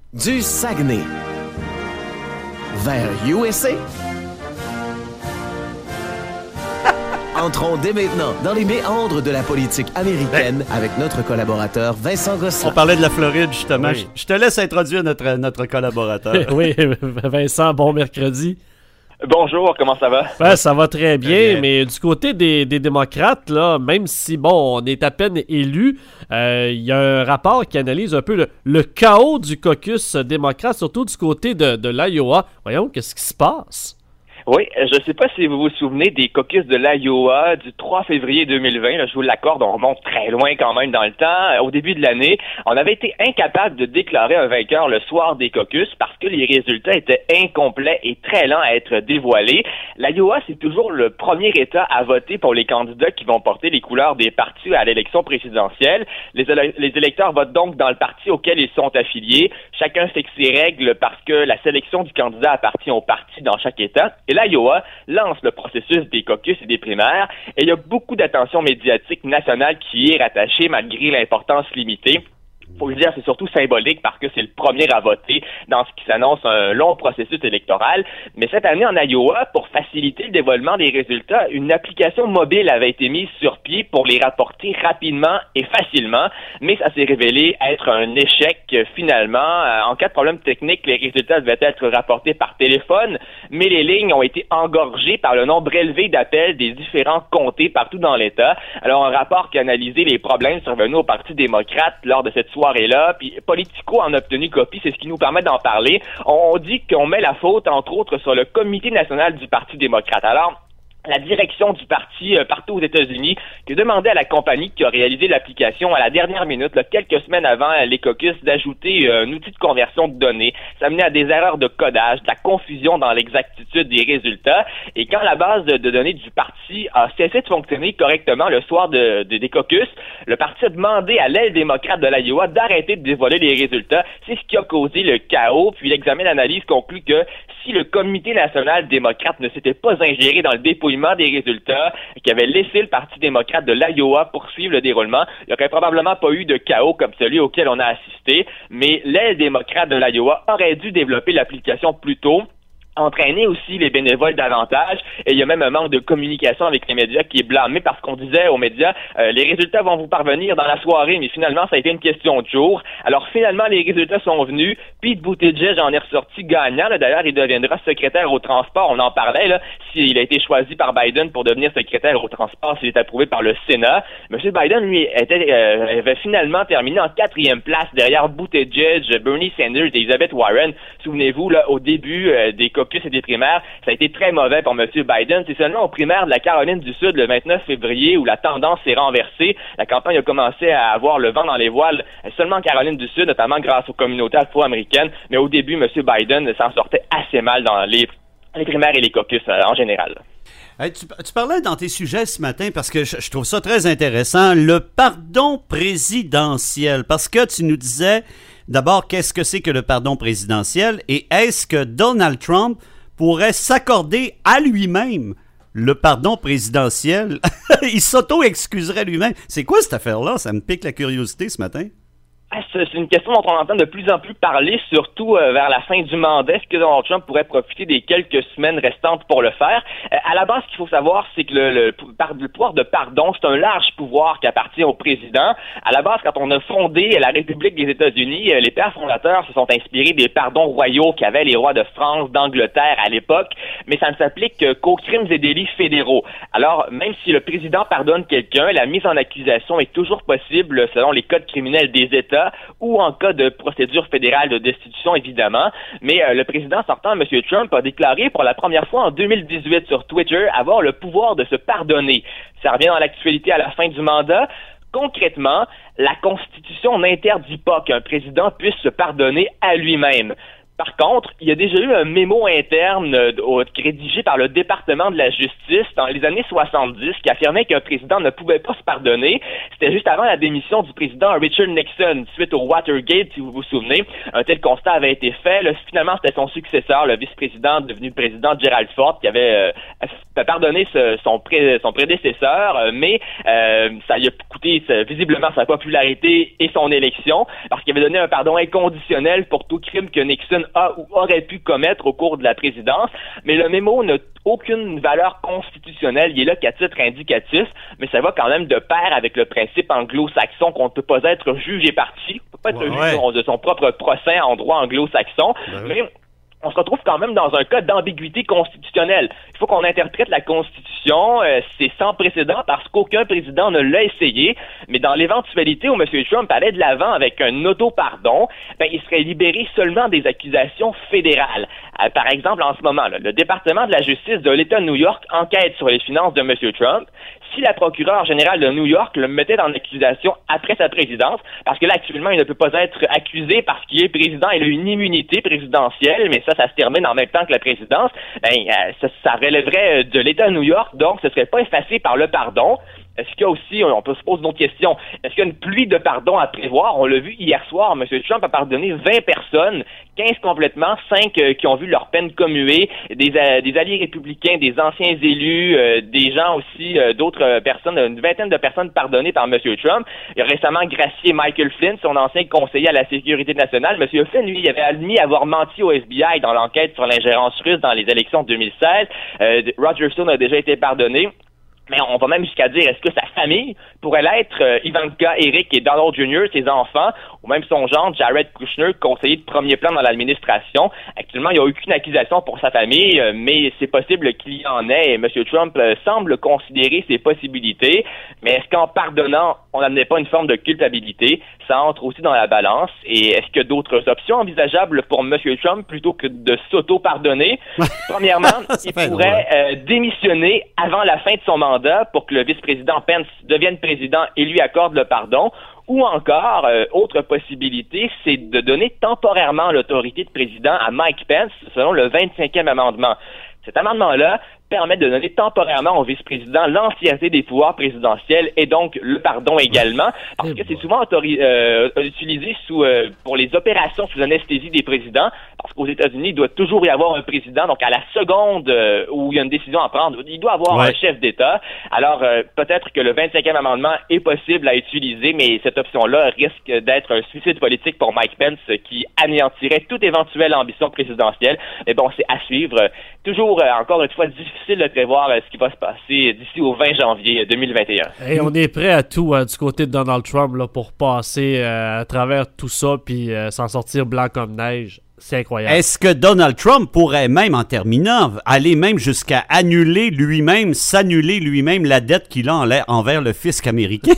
Du Saguenay vers USA. Entrons dès maintenant dans les méandres de la politique américaine avec notre collaborateur Vincent Gosselin. On parlait de la Floride, justement. Oui. Je te laisse introduire notre collaborateur. Oui, Vincent, bon mercredi. Bonjour, comment ça va? Ben, ça va très bien, Très bien. mais du côté des démocrates, là, même si, bon, on est à peine élus, il y a un rapport qui analyse un peu le chaos du caucus démocrate, surtout du côté de l'Iowa. Voyons, qu'est-ce qui se passe? Oui, je ne sais pas si vous vous souvenez des caucus de l'Iowa du 3 février 2020. Là, je vous l'accorde, on remonte très loin quand même dans le temps. Au début de l'année, on avait été incapable de déclarer un vainqueur le soir des caucus parce que les résultats étaient incomplets et très lents à être dévoilés. L'Iowa, c'est toujours le premier État à voter pour les candidats qui vont porter les couleurs des partis à l'élection présidentielle. Les électeurs votent donc dans le parti auquel ils sont affiliés. Chacun fixe ses règles parce que la sélection du candidat appartient au parti dans chaque État. Et l'Iowa lance le processus des caucus et des primaires et il y a beaucoup d'attention médiatique nationale qui y est rattachée malgré l'importance limitée. Faut le dire, c'est surtout symbolique parce que c'est le premier à voter dans ce qui s'annonce un long processus électoral. Mais cette année en Iowa, pour faciliter le dévoilement des résultats, une application mobile avait été mise sur pied pour les rapporter rapidement et facilement. Mais ça s'est révélé être un échec finalement. En cas de problème technique, les résultats devaient être rapportés par téléphone, mais les lignes ont été engorgées par le nombre élevé d'appels des différents comtés partout dans l'État. Alors un rapport qui a analysé les problèmes survenus au Parti démocrate lors de cette soirée-là, puis Politico en a obtenu copie, c'est ce qui nous permet d'en parler. On dit qu'on met la faute, entre autres, sur le comité national du Parti démocrate. Alors, la direction du parti partout aux États-Unis qui a demandé à la compagnie qui a réalisé l'application à la dernière minute, là, quelques semaines avant les caucus, d'ajouter un outil de conversion de données. Ça menait à des erreurs de codage, de la confusion dans l'exactitude des résultats. Et quand la base de données du parti a cessé de fonctionner correctement le soir des caucus, le parti a demandé à l'aile démocrate de l'Iowa d'arrêter de dévoiler les résultats. C'est ce qui a causé le chaos. Puis l'examen d'analyse conclut que si le comité national démocrate ne s'était pas ingéré dans le dépouillement des résultats, qui avait laissé le Parti démocrate de l'Iowa poursuivre le déroulement, il n'y aurait probablement pas eu de chaos comme celui auquel on a assisté, mais l'aile démocrate de l'Iowa aurait dû développer l'application plus tôt, entraîner aussi les bénévoles davantage, et il y a même un manque de communication avec les médias qui est blâmé parce qu'on disait aux médias les résultats vont vous parvenir dans la soirée, mais finalement ça a été une question de jour. Alors finalement les résultats sont venus, Pete Buttigieg en est ressorti gagnant, là, d'ailleurs il deviendra secrétaire au transport, on en parlait là, s'il a été choisi par Biden pour devenir secrétaire au transport, s'il est approuvé par le Sénat. M. Biden lui avait finalement terminé en 4e place derrière Buttigieg, Bernie Sanders et Elizabeth Warren. Souvenez-vous là au début des caucus et des primaires, ça a été très mauvais pour M. Biden. C'est seulement aux primaires de la Caroline du Sud le 29 février où la tendance s'est renversée. La campagne a commencé à avoir le vent dans les voiles seulement en Caroline du Sud, notamment grâce aux communautés afro-américaines. Mais au début, M. Biden s'en sortait assez mal dans les primaires et les caucus en général. Hey, tu parlais dans tes sujets ce matin, parce que je trouve ça très intéressant, le pardon présidentiel, parce que tu nous disais, d'abord, qu'est-ce que c'est que le pardon présidentiel, et est-ce que Donald Trump pourrait s'accorder à lui-même le pardon présidentiel? Il s'auto-excuserait lui-même. C'est quoi cette affaire-là? Ça me pique la curiosité ce matin. C'est une question dont on entend de plus en plus parler, surtout vers la fin du mandat. Est-ce que Donald Trump pourrait profiter des quelques semaines restantes pour le faire? À la base, ce qu'il faut savoir, c'est que le pouvoir de pardon, c'est un large pouvoir qui appartient au président. À la base, quand on a fondé la République des États-Unis, les pères fondateurs se sont inspirés des pardons royaux qu'avaient les rois de France, d'Angleterre à l'époque, mais ça ne s'applique qu'aux crimes et délits fédéraux. Alors, même si le président pardonne quelqu'un, la mise en accusation est toujours possible selon les codes criminels des États, ou en cas de procédure fédérale de destitution, évidemment. Mais le président sortant, M. Trump, a déclaré pour la première fois en 2018 sur Twitter avoir le pouvoir de se pardonner. Ça revient dans l'actualité à la fin du mandat. Concrètement, la Constitution n'interdit pas qu'un président puisse se pardonner à lui-même. Par contre, il y a déjà eu un mémo interne rédigé par le département de la justice dans les années 70 qui affirmait qu'un président ne pouvait pas se pardonner. C'était juste avant la démission du président Richard Nixon suite au Watergate, si vous vous souvenez. Un tel constat avait été fait. Là, finalement, c'était son successeur, le vice-président devenu président Gerald Ford, qui avait pardonné son prédécesseur, mais ça lui a coûté visiblement sa popularité et son élection parce qu'il avait donné un pardon inconditionnel pour tout crime que Nixon a ou aurait pu commettre au cours de la présidence, mais le mémo n'a aucune valeur constitutionnelle, il est là qu'à titre indicatif, mais ça va quand même de pair avec le principe anglo-saxon qu'on ne peut pas être juge et partie, on ne peut pas être juge de son propre procès en droit anglo-saxon, mais on se retrouve quand même dans un cas d'ambiguïté constitutionnelle. Il faut qu'on interprète la Constitution, c'est sans précédent parce qu'aucun président ne l'a essayé, mais dans l'éventualité où M. Trump allait de l'avant avec un auto-pardon, il serait libéré seulement des accusations fédérales. Par exemple, en ce moment, le département de la justice de l'État de New York enquête sur les finances de M. Trump. Si la procureure générale de New York le mettait dans l'accusation après sa présidence, parce que là, actuellement, il ne peut pas être accusé parce qu'il est président, il a une immunité présidentielle, mais ça se termine en même temps que la présidence, ça relèverait de l'État de New York, donc ce serait pas effacé par le pardon. Est-ce qu'il y a aussi, on peut se poser d'autres questions, est-ce qu'il y a une pluie de pardon à prévoir? On l'a vu hier soir, M. Trump a pardonné 20 personnes, 15 complètement, 5 qui ont vu leur peine commuée, des alliés républicains, des anciens élus, des gens aussi, d'autres personnes, une vingtaine de personnes pardonnées par M. Trump. Il a récemment gracié Michael Flynn, son ancien conseiller à la sécurité nationale. M. Flynn, lui, il avait admis avoir menti au FBI dans l'enquête sur l'ingérence russe dans les élections de 2016. Roger Stone a déjà été pardonné. Mais on va même jusqu'à dire, est-ce que sa famille pourrait l'être, Ivanka, Eric et Donald Jr., ses enfants, ou même son gendre, Jared Kushner, conseiller de premier plan dans l'administration. Actuellement, il n'y a aucune accusation pour sa famille, mais c'est possible qu'il y en ait, et M. Trump semble considérer ces possibilités. Mais est-ce qu'en pardonnant, on n'amenait pas une forme de culpabilité? Ça entre aussi dans la balance. Et est-ce qu'il y a d'autres options envisageables pour M. Trump plutôt que de s'auto-pardonner? Premièrement, il pourrait démissionner avant la fin de son mandat pour que le vice-président Pence devienne président et lui accorde le pardon. Ou encore, autre possibilité, c'est de donner temporairement l'autorité de président à Mike Pence selon le 25e amendement. Cet amendement-là permet de donner temporairement au vice-président l'ancienneté des pouvoirs présidentiels et donc le pardon également, parce que c'est souvent utilisé pour les opérations sous anesthésie des présidents, parce qu'aux États-Unis, il doit toujours y avoir un président, donc à la seconde où il y a une décision à prendre, il doit avoir un chef d'État. Alors, peut-être que le 25e amendement est possible à utiliser, mais cette option-là risque d'être un suicide politique pour Mike Pence qui anéantirait toute éventuelle ambition présidentielle. Mais bon, c'est à suivre. Toujours, encore une fois, difficile de prévoir ce qui va se passer d'ici au 20 janvier 2021. Et on est prêt à tout du côté de Donald Trump là, pour passer à travers tout ça puis s'en sortir blanc comme neige. C'est incroyable. Est-ce que Donald Trump pourrait même, en terminant, aller même jusqu'à s'annuler lui-même la dette qu'il a envers le fisc américain?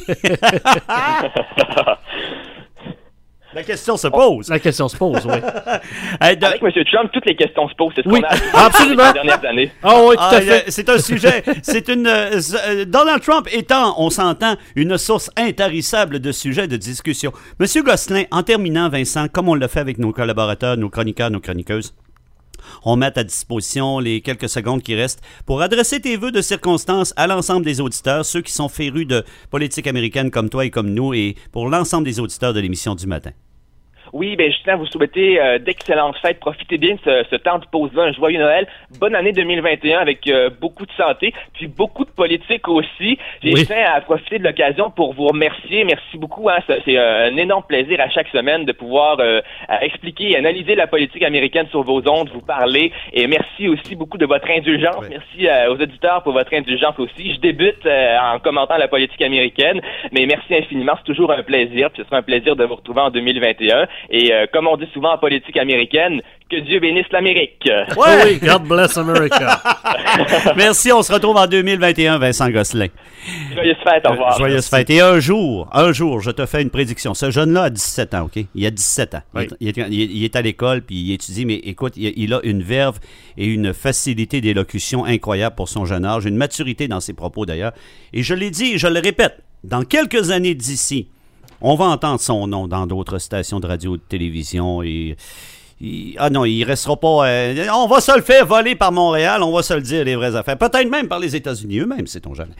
La question se pose. La question se pose, oui. Avec M. Trump, toutes les questions se posent. C'est ce qu'on a absolument. les dernières années. Ah oui, tout à fait. C'est un sujet. Donald Trump étant, on s'entend, une source intarissable de sujets de discussion. Monsieur Gosselin, en terminant, Vincent, comme on l'a fait avec nos collaborateurs, nos chroniqueurs, nos chroniqueuses, on met à disposition les quelques secondes qui restent pour adresser tes vœux de circonstance à l'ensemble des auditeurs, ceux qui sont férus de politique américaine comme toi et comme nous, et pour l'ensemble des auditeurs de l'émission du matin. Oui, je tiens à vous souhaiter d'excellentes fêtes. Profitez bien de ce temps de pause-là, un joyeux Noël. Bonne année 2021 avec beaucoup de santé, puis beaucoup de politique aussi. Je tiens à profiter de l'occasion pour vous remercier. Merci beaucoup. C'est un énorme plaisir à chaque semaine de pouvoir expliquer et analyser la politique américaine sur vos ondes, vous parler. Et merci aussi beaucoup de votre indulgence. Merci aux auditeurs pour votre indulgence aussi. Je débute en commentant la politique américaine, mais merci infiniment. C'est toujours un plaisir. Puis ce sera un plaisir de vous retrouver en 2021. Et comme on dit souvent en politique américaine, que Dieu bénisse l'Amérique. Oui, God bless America. Merci, on se retrouve en 2021, Vincent Gosselin. Joyeuses fêtes, au revoir. Joyeuses fêtes. Et un jour, je te fais une prédiction. Ce jeune-là a 17 ans, OK? Il a 17 ans. Oui. Il est à l'école, puis il étudie, mais écoute, il a une verve et une facilité d'élocution incroyable pour son jeune âge, une maturité dans ses propos d'ailleurs. Et je l'ai dit et je le répète, dans quelques années d'ici, on va entendre son nom dans d'autres stations de radio ou de télévision et il restera pas... on va se le faire voler par Montréal, on va se le dire, les vraies affaires. Peut-être même par les États-Unis eux-mêmes, sait-on jamais.